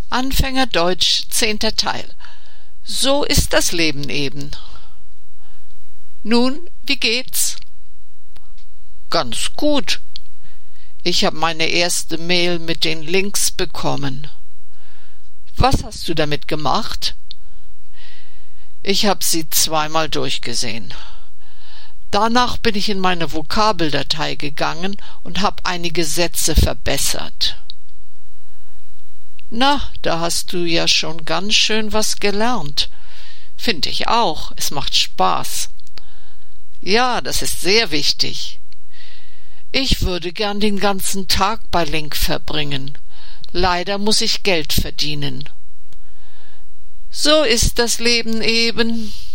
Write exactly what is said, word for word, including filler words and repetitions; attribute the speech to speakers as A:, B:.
A: Anfängerdeutsch, zehnter Teil. So ist das Leben eben. Nun, wie geht's? Ganz gut. Ich habe meine erste Mail mit den Links bekommen. Was hast du damit gemacht? Ich habe sie zweimal durchgesehen. Danach bin ich in meine Vokabeldatei gegangen und habe einige Sätze verbessert. Na, da hast du ja schon ganz schön was gelernt. Find ich auch, es macht Spaß. Ja, das ist sehr wichtig. Ich würde gern den ganzen Tag bei Link verbringen. Leider muss ich Geld verdienen. So ist das Leben eben.